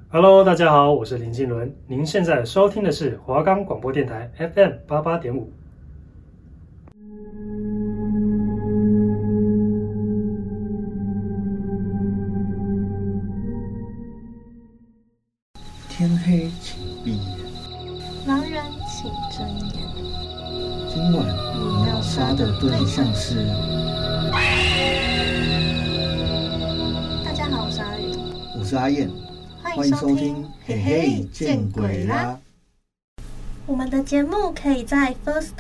Hello， 大家好，我是林静伦。您现在收听的是华冈广播电台 FM 88.5。 天黑请闭眼， 狼人请睁眼。 今晚你要杀的对象是。 大家好，我是阿宇， 我是阿燕，欢迎收听嘿嘿见鬼啦！ 我们的节目可以在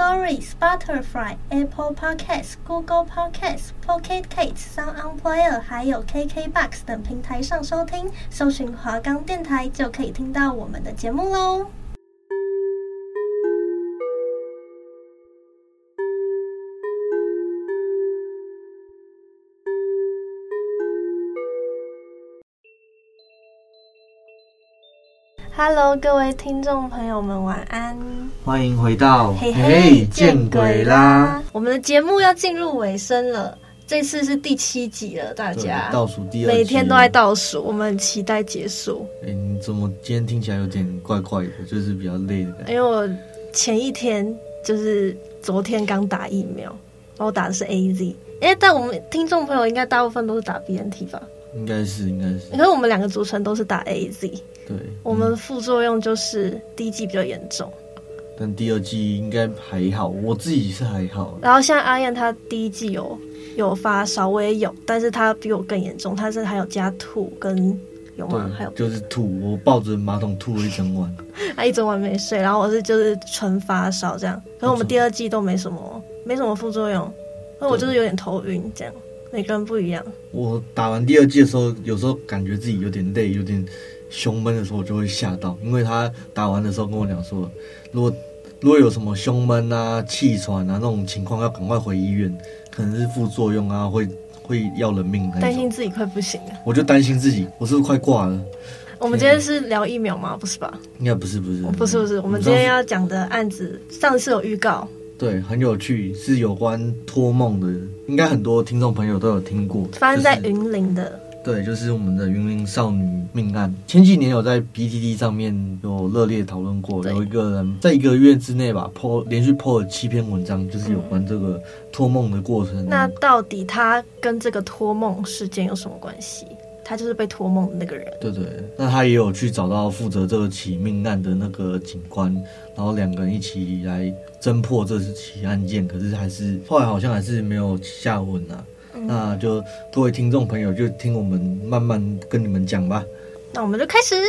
Firstory、Spotify、Apple Podcasts、Google Podcasts、Pocket Casts、Sound On Player 还有 KKBox 等平台上收听，搜寻华冈电台就可以听到我们的节目喽。Hello， 各位听众朋友们，晚安！ 欢迎回到嘿嘿见鬼啦！我们的节目要进入尾声了，这次是第7集了，大家倒数第2集， 每天都在倒数，我们很期待结束。 你怎么今天听起来有点怪怪的，就是比较累的感觉？ 因为我前一天就是昨天刚打疫苗，然后我打的是 AZ， 但我们听众朋友应该大部分都是打 BNT 吧？ 应该是。 可是我们2个组成都是打 AZ， 对， 我们副作用就是第1剂比较严重， 但第2剂应该还好，我自己是还好。 然后像阿燕她第1剂有发烧，我也有，但是她比我更严重，她是还有加吐跟有吗？还有就是吐，我抱着马桶吐了一整晚， 她一整晚没睡，然后我是就是纯发烧这样。可是我们第2剂都没什么副作用，所以我就是有点头晕这样。每个人不一样。我打完第2剂的时候，有时候感觉自己有点累，有点胸闷的时候，我就会吓到，因为他打完的时候跟我讲说，如果有什么胸闷啊、气喘啊那种情况，要赶快回医院，可能是副作用啊，会要人命那种。 担心自己快不行了， 我就担心自己，我是不是快挂了？ 我们今天是聊疫苗吗？不是吧？ 应该不是， 不是。我们今天要讲的案子，上次有预告。 对，很有趣，是有关托梦的，应该很多听众朋友都有听过， 发生在云林的。 对，就是我们的云林少女命案。前几年有在 PTT 上面有热烈讨论过，有一个人在1个月之内吧，连续 po 了7篇文章，就是有关这个托梦的过程。 那到底他跟这个托梦事件有什么关系？他就是被托梦的那个人。对， 那他也有去找到负责这起命案的那个警官，然后2个人一起来侦破这起案件，可是后来好像还是没有下文啊。那就各位听众朋友就听我们慢慢跟你们讲吧。 那我们就开始。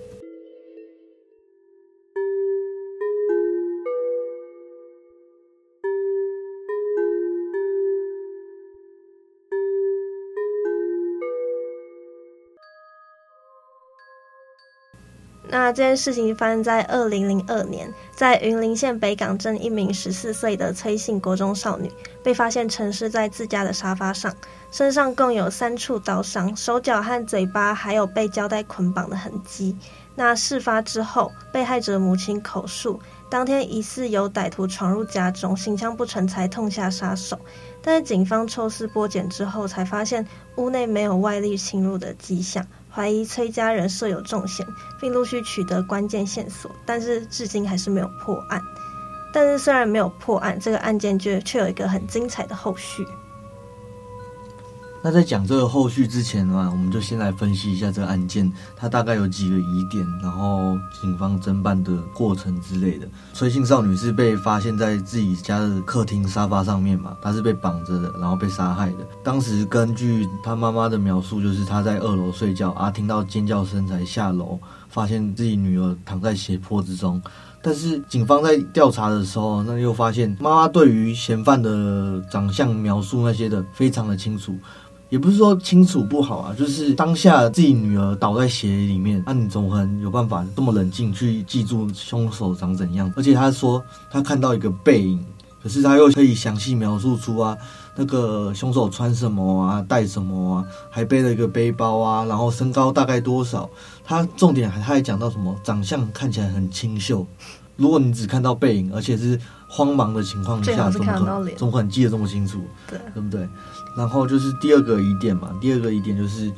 那这件事情发生在2002年，在云林县北港镇，一名14岁的崔姓国中少女被发现沉尸在自家的沙发上，身上共有3处刀伤，手脚和嘴巴还有被胶带捆绑的痕迹。那事发之后，被害者母亲口述，当天疑似有歹徒闯入家中，行枪不成才痛下杀手。但是警方抽丝剥茧之后，才发现屋内没有外力侵入的迹象，怀疑崔家人设有重嫌，并陆续取得关键线索，但是至今还是没有破案。但是虽然没有破案，这个案件却有一个很精彩的后续。 那在讲这个后续之前呢，我们就先来分析一下这个案件，它大概有几个疑点，然后警方侦办的过程之类的。崔姓少女是被发现在自己家的客厅沙发上面嘛，她是被绑着的，然后被杀害的。当时根据她妈妈的描述，就是她在2楼睡觉啊，听到尖叫声才下楼，发现自己女儿躺在血泊之中。但是警方在调查的时候，那又发现妈妈对于嫌犯的长相描述那些的非常的清楚。也不是说清楚不好啊，就是当下自己女儿倒在血里面，你怎么可能有办法这么冷静去记住凶手长怎样？而且他说他看到一个背影，可是他又可以详细描述出那个凶手穿什么啊，带什么啊，还背了一个背包啊，然后身高大概多少？他重点他还讲到什么长相看起来很清秀。如果你只看到背影，而且是慌忙的情况下，怎么可能记得这么清楚？对不对？然后就是第2个疑点嘛，第2个疑点就是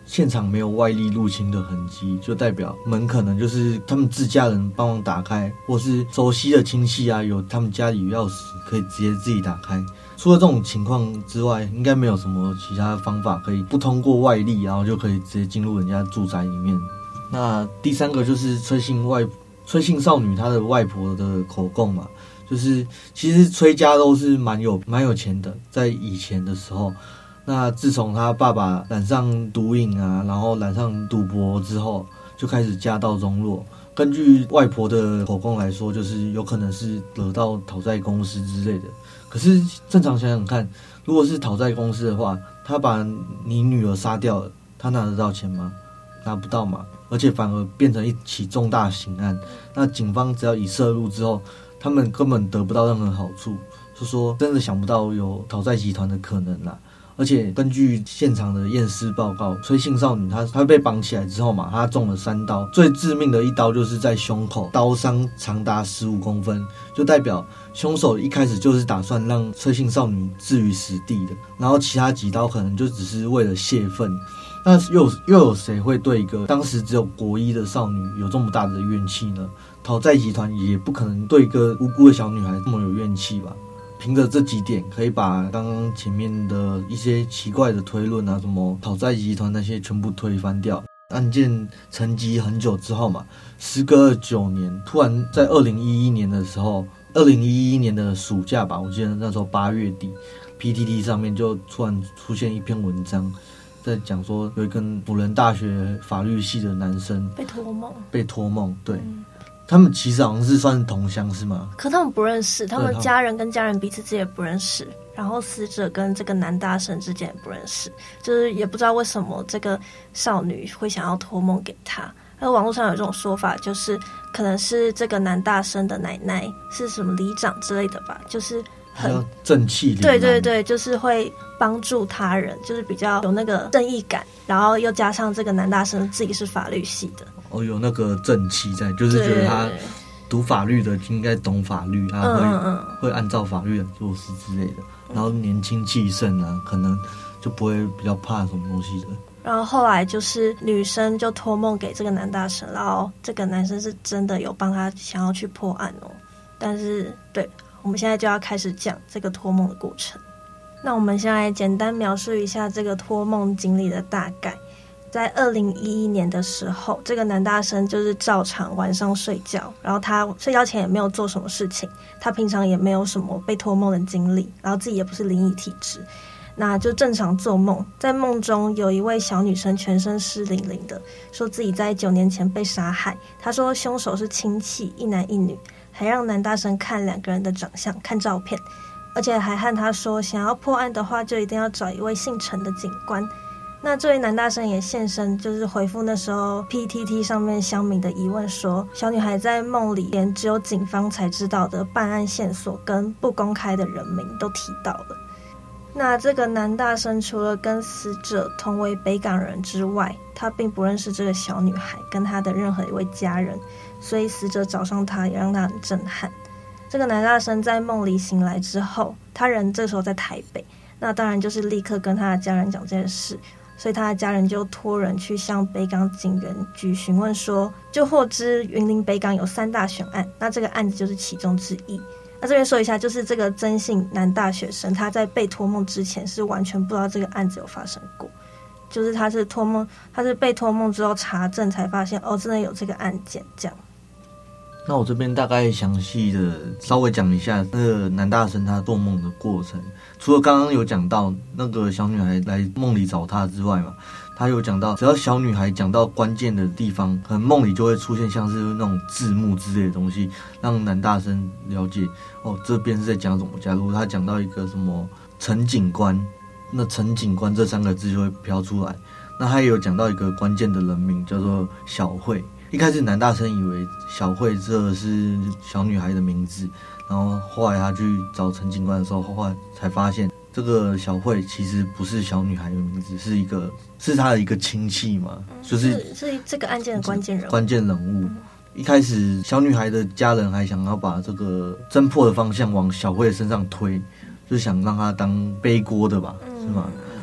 现场没有外力入侵的痕迹，就代表门可能就是他们自家人帮忙打开，或是熟悉的亲戚啊，有他们家里钥匙可以直接自己打开。除了这种情况之外，应该没有什么其他方法可以不通过外力，然后就可以直接进入人家住宅里面。那第三个就是崔姓少女她的外婆的口供嘛，就是其实崔家都是蛮有钱的，在以前的时候。那自从他爸爸染上毒瘾啊，然后染上赌博之后，就开始家道中落。根据外婆的口供来说，就是有可能是得到讨债公司之类的。可是正常想想看，如果是讨债公司的话，他把你女儿杀掉了，他拿得到钱吗？拿不到嘛，而且反而变成一起重大刑案。那警方只要一涉入之后，他们根本得不到任何好处，就说真的想不到有讨债集团的可能啦。而且根据现场的验尸报告，崔姓少女她被绑起来之后嘛，她中了3刀，最致命的一刀就是在胸口，刀伤长达15公分，就代表凶手一开始就是打算让崔姓少女置于死地的，然后其他几刀可能就只是为了泄愤。那又有谁会对一个当时只有国1的少女有这么大的怨气呢？讨债集团也不可能对一个无辜的小女孩这么有怨气吧？凭着这几点，可以把刚刚前面的一些奇怪的推论啊，什么讨债集团那些全部推翻掉。案件沉寂很久之后嘛，时隔9年，突然在2011年的时候，2011年的暑假吧，我记得那时候8月底 ，PTT 上面就突然出现一篇文章，在讲说有一个辅仁大学法律系的男生被托梦，对。他们其实好像是算同乡是吗？ 可他们不认识，他们家人跟家人彼此之间也不认识，然后死者跟这个男大生之间也不认识，就是也不知道为什么这个少女会想要托梦给他。而网络上有这种说法，就是可能是这个男大生的奶奶是什么里长之类的吧，就是很正气凛然， 对对对，就是会帮助他人，就是比较有那个正义感，然后又加上这个男大生自己是法律系的。 有那个正气在，就是觉得他读法律的应该懂法律，他会按照法律来做事之类的。然后年轻气盛啊，可能就不会比较怕什么东西的。 然后后来就是女生就托梦给这个男大生，然后这个男生是真的有帮他想要去破案哦。但是对，我们现在就要开始讲这个托梦的过程。那我们先来简单描述一下这个托梦经历的大概。在2011年的时候，这个男大生就是照常晚上睡觉，然后他睡觉前也没有做什么事情，他平常也没有什么被托梦的经历，然后自己也不是灵异体质，那就正常做梦。在梦中有一位小女生全身湿淋淋的，说自己在9年前被杀害，他说凶手是亲戚，一男一女，还让男大生看2个人的长相，看照片，而且还和他说想要破案的话就一定要找一位姓陈的警官。那这位男大生也现身，就是回复那时候 PTT 上面乡民的疑问，说小女孩在梦里连只有警方才知道的办案线索跟不公开的人名都提到了。那这个男大生除了跟死者同为北港人之外，他并不认识这个小女孩跟她的任何一位家人，所以死者找上他也让他很震撼。这个男大生在梦里醒来之后，他人这时候在台北，那当然就是立刻跟他的家人讲这件事，所以他的家人就托人去向北港警员局询问说，就获知云林北港有3大悬案，那这个案子就是其中之一。那这边说一下，就是这个曾姓男大学生，他在被托梦之前是完全不知道这个案子有发生过，就是他是被托梦之后查证才发现，真的有这个案件这样。 那我这边大概详细的稍微讲一下那个男大生他做梦的过程。除了刚刚有讲到那个小女孩来梦里找他之外嘛，他有讲到只要小女孩讲到关键的地方，可能梦里就会出现像是那种字幕之类的东西，让男大生了解这边是在讲什么。假如他讲到一个什么陈警官，那陈警官这3个字就会飘出来。那他也有讲到一个关键的人名叫做小慧，一开始男大生以为小慧这是小女孩的名字，然后后来他去找陈警官的时候，后来才发现这个小慧其实不是小女孩的名字，是他的一个亲戚嘛，就是这个案件的关键人物。一开始小女孩的家人还想要把这个侦破的方向往小慧身上推，就想让她当背锅的吧，是吗？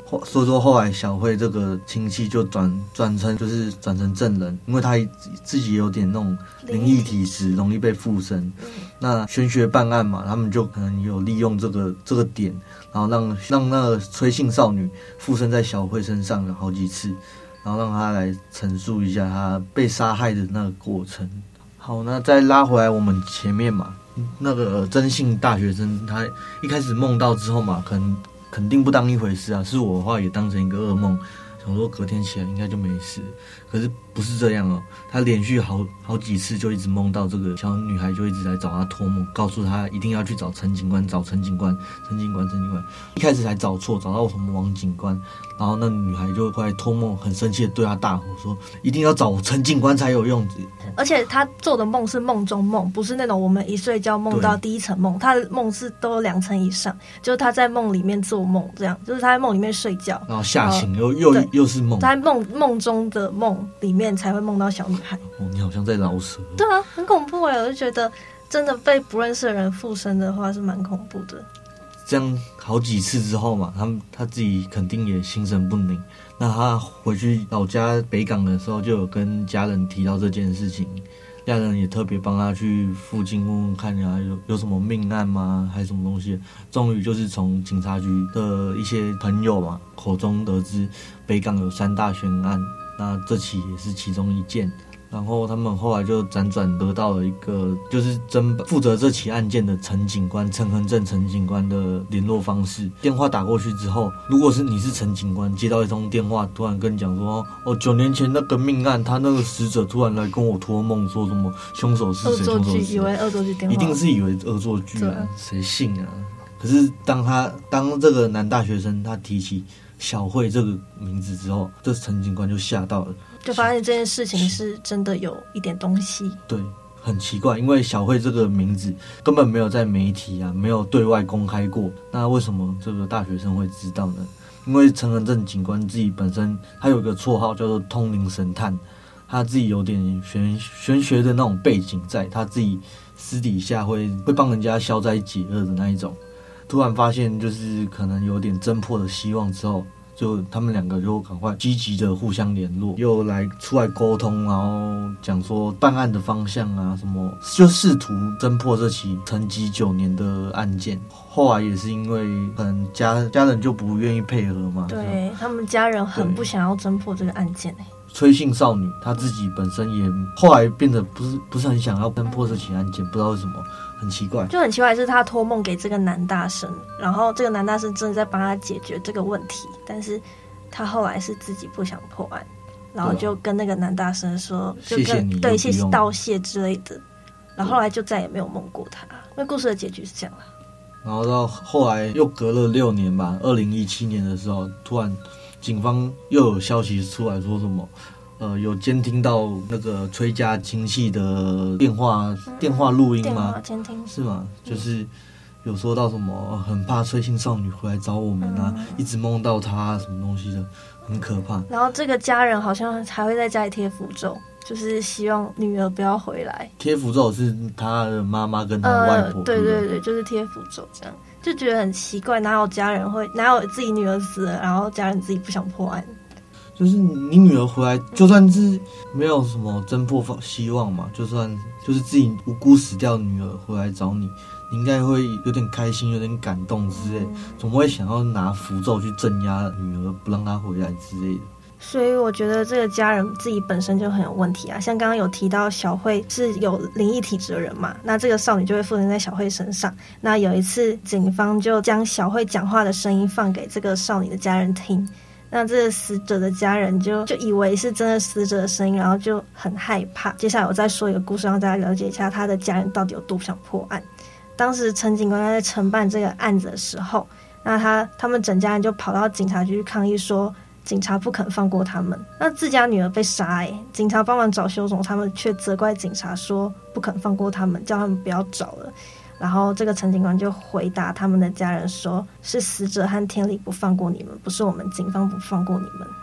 所以说后来小慧这个亲戚就转成证人，因为他自己有点那种灵异体质，容易被附身。那玄学办案嘛，他们就可能有利用这个点，然后让那个崔姓少女附身在小慧身上有好几次，然后让她来陈述一下她被杀害的那个过程。好，那再拉回来我们前面嘛，那个真姓大学生他一开始梦到之后嘛，肯定不当一回事啊，是我的话也当成一个噩梦，想说隔天起来应该就没事。可是不是这样哦，他连续好几次就一直梦到这个小女孩，就一直来找他托梦，告诉他一定要去找陈警官，找陈警官。一开始还找错，找到什么王警官，然后那女孩就后来托梦，很生气的对他大吼说，一定要找陈警官才有用。 而且他做的梦是梦中梦，不是那种我们一睡觉梦到第一层梦，他的梦是都有2层以上，就是他在梦里面做梦，这样就是他在梦里面睡觉， 然后吓醒又是梦， 他在梦中的梦里面才会梦到小女孩。 哦，你好像在饶舌。 对啊，很恐怖哎，我就觉得真的被不认识的人附身的话是蛮恐怖的。 这样好几次之后嘛，他自己肯定也心神不宁。那他回去老家北港的时候，就有跟家人提到这件事情，家人也特别帮他去附近问问看啊，有什么命案吗，还是什么东西。终于就是从警察局的一些朋友嘛口中得知，北港有3大悬案，那这起也是其中一件。然后他们后来就辗转得到了一个就是负责这起案件的陈警官陈恒正陈警官的联络方式。电话打过去之后，如果是你是陈警官，接到一通电话，突然跟你讲说9年前那个命案，他那个死者突然来跟我托梦，说什么凶手是谁， 恶作剧，以为恶作剧电话， 一定是以为恶作剧啊，谁信啊？可是当这个男大学生他提起小慧这个名字之后，这陈警官就吓到了， 就发现这件事情是真的有一点东西。 对，很奇怪，因为小慧这个名字根本没有在媒体啊，没有对外公开过，那为什么这个大学生会知道呢？因为陈恒正警官自己本身他有一个绰号叫做通灵神探，他自己有点玄学的那种背景在，他自己私底下会帮人家消灾解厄的那一种。突然发现就是可能有点侦破的希望之后，就他们2个就赶快积极的互相联络，又出来沟通，然后讲说办案的方向啊什么，就试图侦破这起沉寂9年的案件。后来也是因为可能家人就不愿意配合嘛， 对，他们家人很不想要侦破这个案件。 崔姓少女她自己本身也后来变得不是很想要侦破这起案件，不知道为什么，很奇怪。 就很奇怪是他托梦给这个男大生，然后这个男大生真的在帮他解决这个问题，但是他后来是自己不想破案，然后就跟那个男大生说，就跟谢谢你， 对，谢谢道谢之类的，然后后来就再也没有梦过他。因为故事的结局是这样啦。 然后到后来又隔了6年吧，2017年的时候，突然警方又有消息出来说什么，有监听到那个崔家亲戚的电话录音吗？ 电话监听是吗？就是有说到什么很怕崔姓少女回来找我们啊，一直梦到她什么东西的，很可怕。 然后这个家人好像还会在家里贴符咒，就是希望女儿不要回来。 贴符咒是他的妈妈跟他的外婆， 对，就是贴符咒这样，就觉得很奇怪，哪有自己女儿死了，然后家人自己不想破案？ 就是你女儿回来，就算是没有什么侦破希望嘛，就算就是自己无辜死掉的女儿回来找你，你应该会有点开心，有点感动之类，总会想要拿符咒去镇压女儿，不让她回来之类的。 所以我觉得这个家人自己本身就很有问题啊，像刚刚有提到小慧是有灵异体质的人嘛，那这个少女就会附身在小慧身上。那有一次警方就将小慧讲话的声音放给这个少女的家人听，那这个死者的家人就以为是真的死者的声音，然后就很害怕。接下来我再说一个故事，让大家了解一下他的家人到底有多想破案。当时陈警官在承办这个案子的时候，那他们整家人就跑到警察局去抗议说警察不肯放过他们，那自家女儿被杀警察帮忙找凶手，他们却责怪警察说不肯放过他们，叫他们不要找了。然后这个陈警官就回答他们的家人说，是死者和天理不放过你们，不是我们警方不放过你们。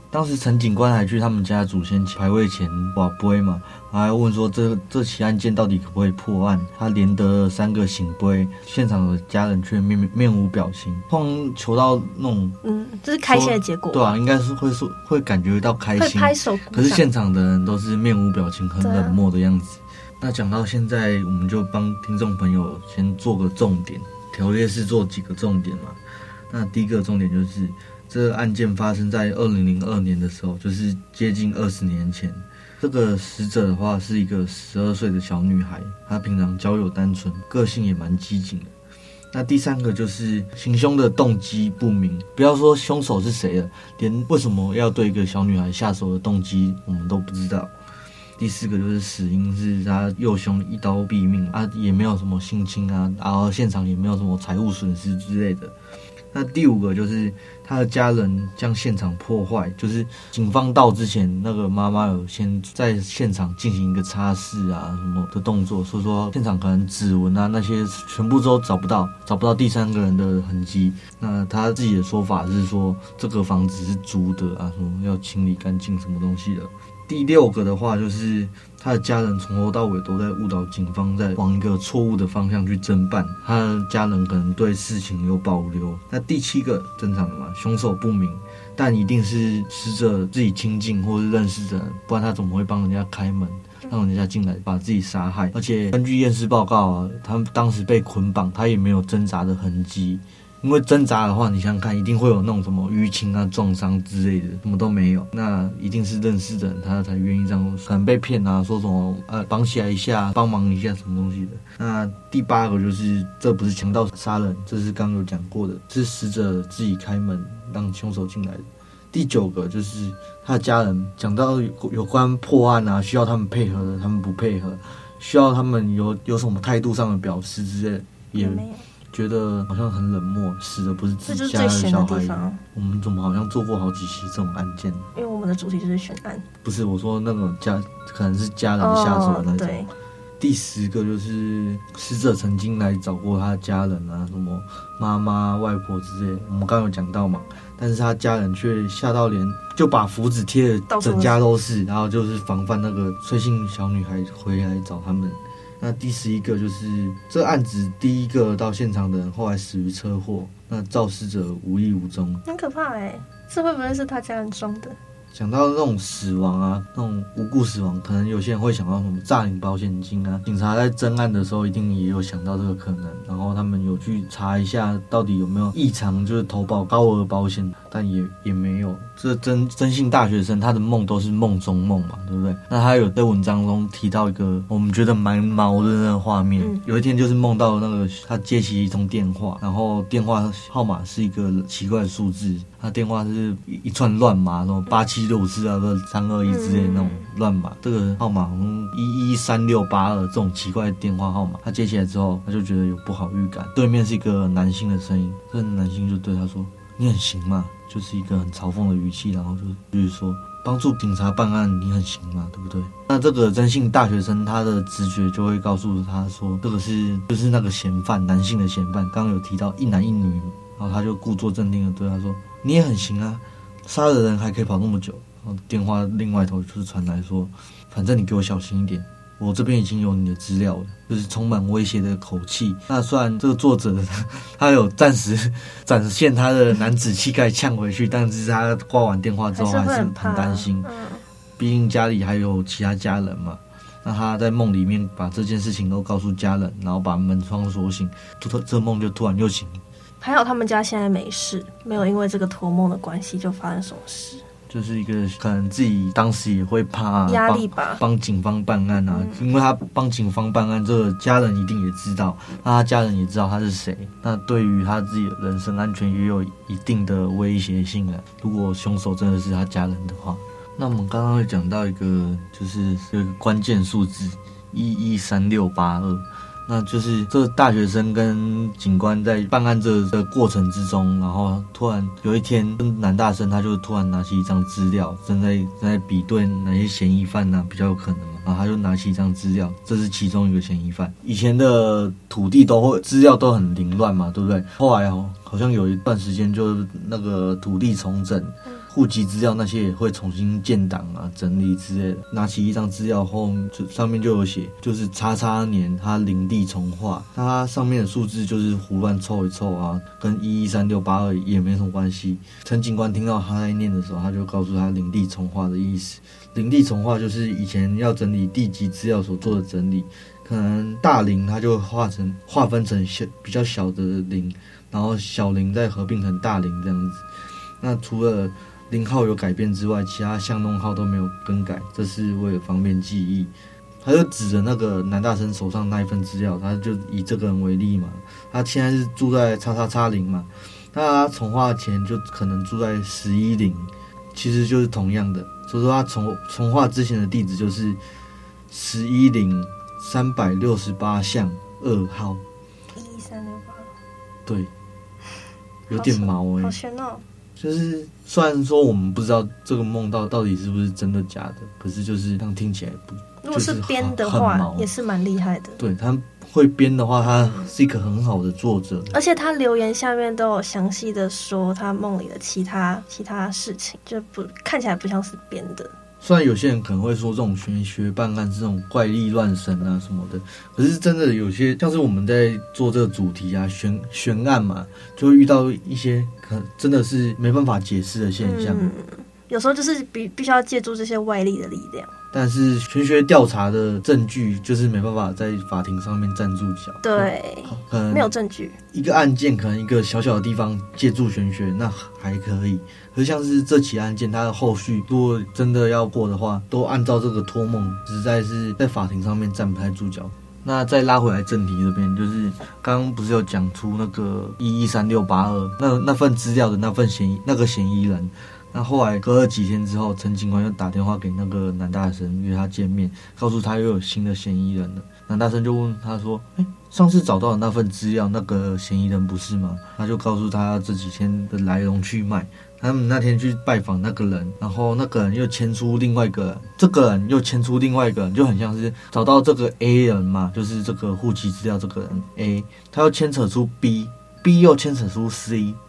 当时陈警官还去他们家祖先牌位前跋杯嘛，还问说这起案件到底可不可以破案？他连得了3个醒杯，现场的家人却面无表情。通常求到那种这是开心的结果， 对啊，应该是会感觉到开心， 会拍手鼓掌。 可是现场的人都是面无表情，很冷漠的样子。那讲到现在，我们就帮听众朋友先做个重点，条列式做几个重点嘛。那第一个重点就是这个案件发生在2002年的时候，就是接近20年前。这个死者的话是一个12岁的小女孩，她平常交友单纯，个性也蛮激进的。那第三个就是行凶的动机不明，不要说凶手是谁了，连为什么要对一个小女孩下手的动机我们都不知道。第四个就是死因是他右胸一刀毙命啊，也没有什么性侵啊，然后现场也没有什么财物损失之类的。那第五个就是他的家人将现场破坏，就是警方到之前，那个妈妈有先在现场进行一个擦拭啊什么的动作，所以说现场可能指纹啊那些全部都找不到第三个人的痕迹。那他自己的说法是说这个房子是租的啊，什么要清理干净什么东西的。第六个的话就是他的家人从头到尾都在误导警方，在往一个错误的方向去侦办，他的家人可能对事情有保留。那第七个正常的嘛，凶手不明，但一定是死者自己亲近或是认识的人，不然他怎么会帮人家开门让人家进来把自己杀害？而且根据验尸报告啊，他们当时被捆绑，他也没有挣扎的痕迹。因为挣扎的话，你想想看，一定会有那种什么淤青啊、撞伤之类的，什么都没有，那一定是认识的人，他才愿意这样，可能被骗啊，说什么绑起来一下，帮忙一下什么东西的。那第八个就是这不是强盗杀人，这是刚有讲过的，是死者自己开门让凶手进来的。第九个就是他的家人讲到有关破案啊，需要他们配合的，他们不配合，需要他们有什么态度上的表示之类的，也没有。觉得好像很冷漠，死的不是自己家的小孩。我们怎么好像做过好几期这种案件？因为我们的主题就是悬案。 不是，我说那种可能是家人下手的那种。 对。 第10个就是死者曾经来找过他的家人啊，什么妈妈、外婆之类的，我们刚刚有讲到嘛。但是他家人却吓到连就把符纸贴的整家都是，然后就是防范那个崔姓小女孩回来找他们。那第11个就是这案子第一个到现场的人后来死于车祸，那肇事者无影无踪， 很可怕欸。这会不会是他家人装的？ 讲到那种死亡啊，那种无故死亡，可能有些人会想到什么诈领保险金啊。警察在侦案的时候一定也有想到这个可能，然后他们有去查一下到底有没有异常，就是投保高额保险，但也没有。这真性大学生他的梦都是梦中梦嘛，对不对？那他有在文章中提到一个我们觉得蛮毛的那个画面，有一天就是梦到那个他接起一通电话，然后电话号码是一个奇怪的数字，他电话是一串乱码，什么8764啊、321之类的那种乱码，这个号码好像113682这种奇怪的电话号码。他接起来之后，他就觉得有不好预感，对面是一个男性的声音，这个男性就对他说：“你很行嘛？”就是一个很嘲讽的语气，然后就是说帮助警察办案，你很行嘛，对不对？那这个真性大学生他的直觉就会告诉他说，这个就是那个嫌犯，男性的嫌犯，刚刚有提到一男一女，然后他就故作镇定的对他说：“你也很行啊，杀了人还可以跑那么久。”然后电话另外一头就是传来说：“反正你给我小心一点。”我这边已经有你的资料了，就是充满威胁的口气。那虽然这个作者他有暂时展现他的男子气概呛回去，但是他挂完电话之后还是很担心，毕竟家里还有其他家人嘛。那他在梦里面把这件事情都告诉家人，然后把门窗锁醒，这梦就突然又醒。 还好他们家现在没事，没有因为这个托梦的关系就发生什么事。 就是一个可能自己当时也会怕压力吧， 帮警方办案啊，因为他帮警方办案，这个家人一定也知道，那他家人也知道他是谁，那对于他自己的人身安全也有一定的威胁性啊。如果凶手真的是他家人的话，那我们刚刚会讲到一个，就是有一个关键数字113682。那就是这个大学生跟警官在办案这个过程之中，然后突然有一天，男大生他就突然拿起一张资料，正在比对哪些嫌疑犯比较有可能嘛，然后他就拿起一张资料，这是其中一个嫌疑犯。以前的土地资料都很凌乱嘛，对不对？后来好像有一段时间就是那个土地重整， 户籍资料那些也会重新建档啊、整理之类的。拿起一张资料后，上面就有写，就是叉叉年他领地重划，它上面的数字就是胡乱凑一凑啊，跟113682也没什么关系。陈警官听到他在念的时候，他就告诉他领地重划的意思。领地重划就是以前要整理地籍资料所做的整理，可能大林它就划分成比较小的林，然后小林再合并成大林这样子。那除了林号有改变之外，其他巷弄号都没有更改，这是为了方便记忆。他就指着那个南大生手上那一份资料，他就以这个人为例嘛，他现在是住在叉叉叉林嘛，那他重划前就可能住在11林，其实就是同样的。所以说他重划之前的地址就是11林368巷2号。 11368。 对，有点毛好悬哦。 就是虽然说我们不知道这个梦到底是不是真的假的，可是就是这样听起来不， 如果是编的话，也是蛮厉害的。 对，他会编的话，他是一个很好的作者， 而且他留言下面都有详细的说他梦里的其他事情，就看起来不像是编的。 虽然有些人可能会说这种玄学办案是这种怪力乱神啊什么的，可是真的有些像是我们在做这个主题啊悬案嘛，就会遇到一些可能真的是没办法解释的现象。 有时候就是必须要借助这些外力的力量。 但是玄学调查的证据就是没办法在法庭上面站住脚。 对，没有证据。一个案件可能一个小小的地方借助玄学那还可以，可是像是这起案件它的后续如果真的要过的话，都按照这个托梦，实在是在法庭上面站不太住脚。那再拉回来正题这边，就是刚刚不是有讲出那个113682那份资料的那个嫌疑人。那后来隔了几天之后，陈警官又打电话给那个南大生约他见面，告诉他又有新的嫌疑人了。南大生就问他说：上次找到的那份资料，那个嫌疑人不是吗？他就告诉他这几天的来龙去脉。他们那天去拜访那个人，然后那个人又牵出另外一个人，这个人又牵出另外一个人，就很像是找到这个 A 人嘛，就是这个户籍资料这个人 A， 他又牵扯出 B 又牵扯出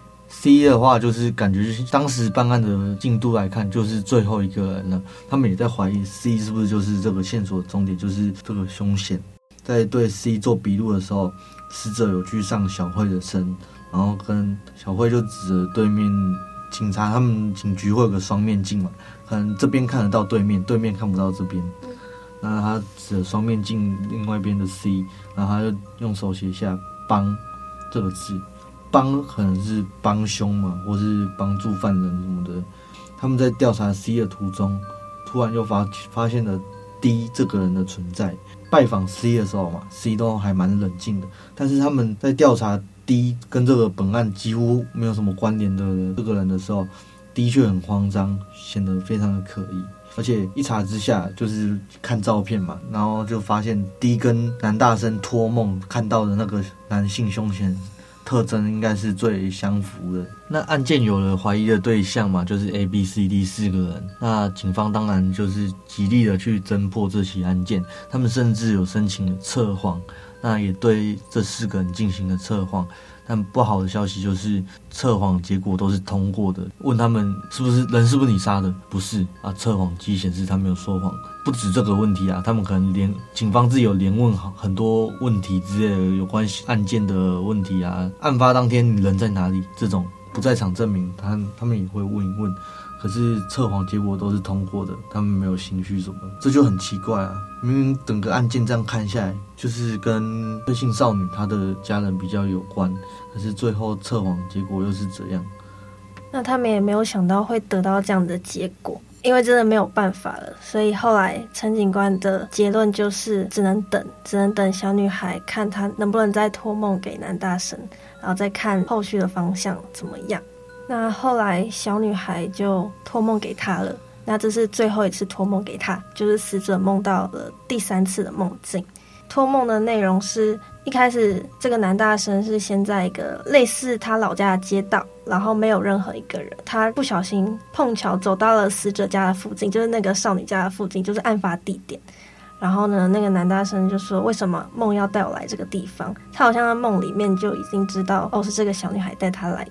C 的话，就是感觉就是当时办案的进度来看，就是最后一个人了。他们也在怀疑 C 是不是就是这个线索的终点，就是这个凶险。在对 C 做笔录的时候，死者有去上小慧的身，然后跟小慧就指着对面警察，他们警局会有个双面镜嘛，可能这边看得到对面，对面看不到这边。那他指着双面镜另外一边的 C， 然后他就用手写下帮这个字。帮可能是帮凶嘛，或是帮助犯人什么的。他们在调查 C 的途中，突然又发现了 D 这个人的存在。拜访 C 的时候嘛 ，C 都还蛮冷静的，但是他们在调查 D 跟这个本案几乎没有什么关联的这个人的时候， D 却很慌张，显得非常的可疑。而且一查之下，就是看照片嘛，然后就发现 D 跟南大生托梦看到的那个男性凶嫌特征应该是最相符的。那案件有了怀疑的对象嘛，就是 A、B、C、D 4个人。那警方当然就是极力的去侦破这起案件，他们甚至有申请了测谎，那也对这4个人进行了测谎。但不好的消息就是测谎结果都是通过的。问他们是不是你杀的？不是啊，测谎机显示他没有说谎。不止这个问题啊，他们可能警方自己有连问很多问题之类的有关系案件的问题啊，案发当天你人在哪里这种不在场证明，他们也会问一问。可是测谎结果都是通过的，他们没有心虚什么，这就很奇怪啊！明明整个案件这样看下来，就是跟推性少女她的家人比较有关，可是最后测谎结果又是这样。 那他们也没有想到会得到这样的结果，因为真的没有办法了，所以后来陈警官的结论就是只能等小女孩看她能不能再托梦给南大生，然后再看后续的方向怎么样。那后来小女孩就托梦给他了，那这是最后一次托梦给他，就是死者梦到了第3次的梦境。托梦的内容是一开始这个南大生是先在一个类似他老家的街道，然后没有任何一个人，他不小心碰巧走到了死者家的附近，就是那个少女家的附近，就是案发地点。然后呢，那个男大生就说为什么梦要带我来这个地方，他好像在梦里面就已经知道是这个小女孩带他来的。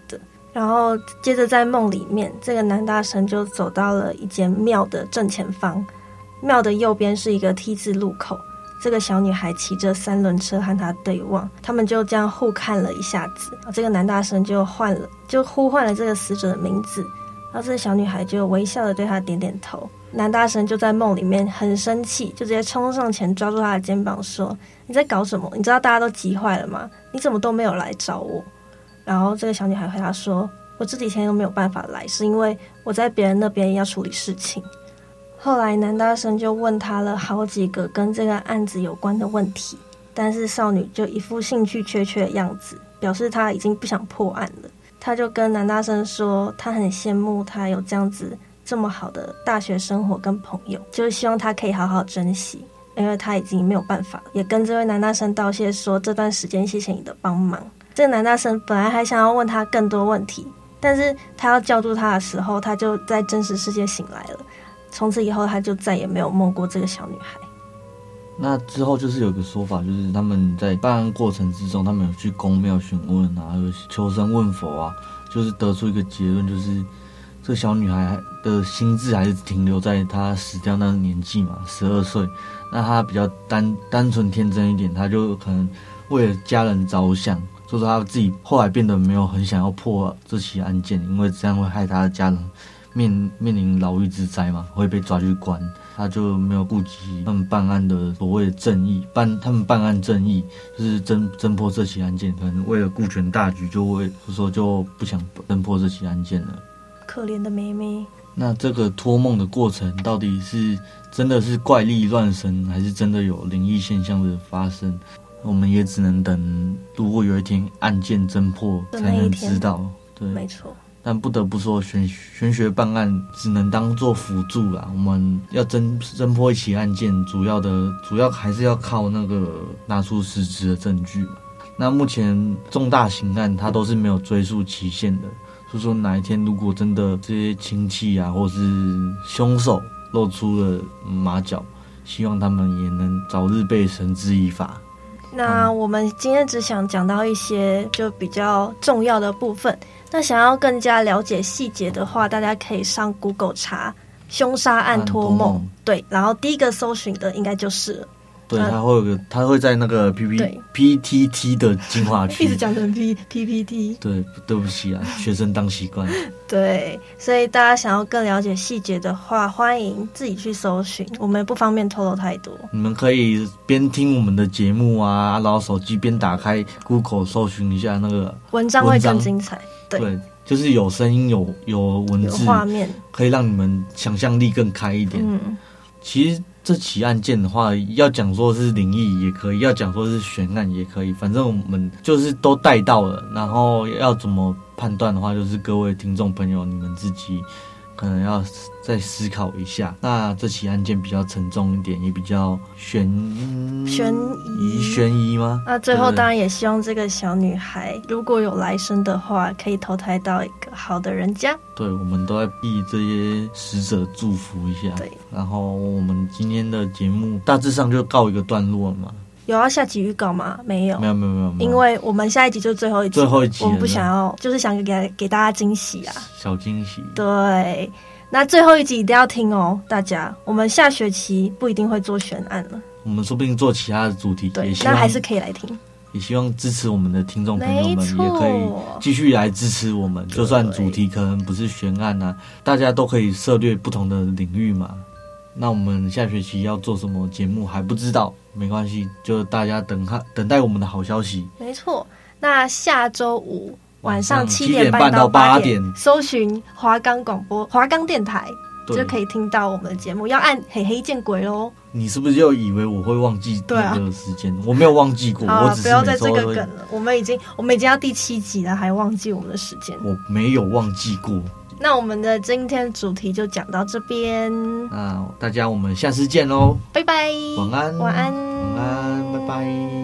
然后接着在梦里面，这个男大生就走到了一间庙的正前方，庙的右边是一个 T 字路口，这个小女孩骑着3轮车和他对望，他们就这样互看了一下子，这个男大生就呼唤了这个死者的名字，然后这个小女孩就微笑的对他点点头。男大生就在梦里面很生气，就直接冲上前抓住他的肩膀说：你在搞什么？你知道大家都急坏了吗？你怎么都没有来找我？然后这个小女孩回答说：我这几天都没有办法来，是因为我在别人那边要处理事情。后来男大生就问他了好几个跟这个案子有关的问题，但是少女就一副兴趣缺缺的样子，表示她已经不想破案了。她就跟男大生说，她很羡慕他有这样子这么好的大学生活跟朋友，就是希望他可以好好珍惜，因为他已经没有办法了，也跟这位男大生道谢说这段时间谢谢你的帮忙。这个男大生本来还想要问他更多问题，但是他要叫住他的时候，他就在真实世界醒来了。从此以后他就再也没有梦过这个小女孩。 那之后就是有个说法，就是他们在办案过程之中，他们有去宫庙询问啊，有求神问佛啊，就是得出一个结论，就是这小女孩的心智还是停留在她死掉那个年纪嘛，12岁。那她比较单纯天真一点，她就可能为了家人着想，就是她自己后来变得没有很想要破这起案件，因为这样会害她的家人面临牢狱之灾嘛，会被抓去关。他就没有顾及他们办案的所谓的正义，他们办案正义就是侦破这起案件，可能为了顾全大局，就不想侦破这起案件了。 可怜的妹妹。 那这个托梦的过程到底是真的是怪力乱神，还是真的有灵异现象的发生？我们也只能等，如果有一天案件侦破才能知道。对， 没错。 但不得不说，玄学办案只能当做辅助啦。我们要侦破一起案件，主要还是要靠那个拿出实质的证据嘛。那目前重大刑案它都是没有追诉期限的，所以说哪一天如果真的这些亲戚啊，或是凶手露出了马脚，希望他们也能早日被绳之以法。 那我们今天只想讲到一些就比较重要的部分，那想要更加了解细节的话，大家可以上 Google 查凶杀案托梦，对，然后第一个搜寻的应该就是了。 对，它会在那个 PTT 的精华区， 一直讲成 PPT。 对，对不起啊，学生当习惯。 对，所以大家想要更了解细节的话，欢迎自己去搜寻，我们不方便透露太多。 你们可以边听我们的节目啊，然后手机边打开 Google 搜寻一下那个文章会更精彩。 对，就是有声音、有文字、 有画面， 可以让你们想象力更开一点。其实这起案件的话，要讲说是灵异也可以，要讲说是悬案也可以，反正我们就是都带到了。然后要怎么判断的话，就是各位听众朋友你们自己可能要再思考一下。那这起案件比较沉重一点，也比较悬疑吗？ 那最后当然也希望这个小女孩如果有来生的话，可以投胎到一个好的人家。 对，我们都在替这些死者祝福一下。 对， 然后我们今天的节目大致上就告一个段落了嘛。 有要下集预告吗？没有， 没有， 因为我们下一集就是最后一集，我们不想要，就是想给大家惊喜啊， 小惊喜。 对，那最后一集一定要听哦，大家。我们下学期不一定会做悬案了， 我们说不定做其他的主题， 对，那还是可以来听。 也希望支持我们的听众朋友们，也可以继续来支持我们。就算主题可能不是悬案啊，大家都可以涉猎不同的领域嘛。那我们下学期要做什么节目还不知道，没关系，就大家等待我们的好消息。 没错，那下周五晚上7点半到8点，搜寻华冈广播、华冈电台，就可以听到我们的节目。要按嘿嘿见鬼咯。 你是不是又以为我会忘记那个时间？我没有忘记过，我只是不要再这个梗了。我们已经要第7集了，还忘记我们的时间？ 我没有忘记过。 那我们的今天主题就讲到这边。 那大家我们下次见喽， 拜拜， 晚安， 晚安， 晚安，拜拜。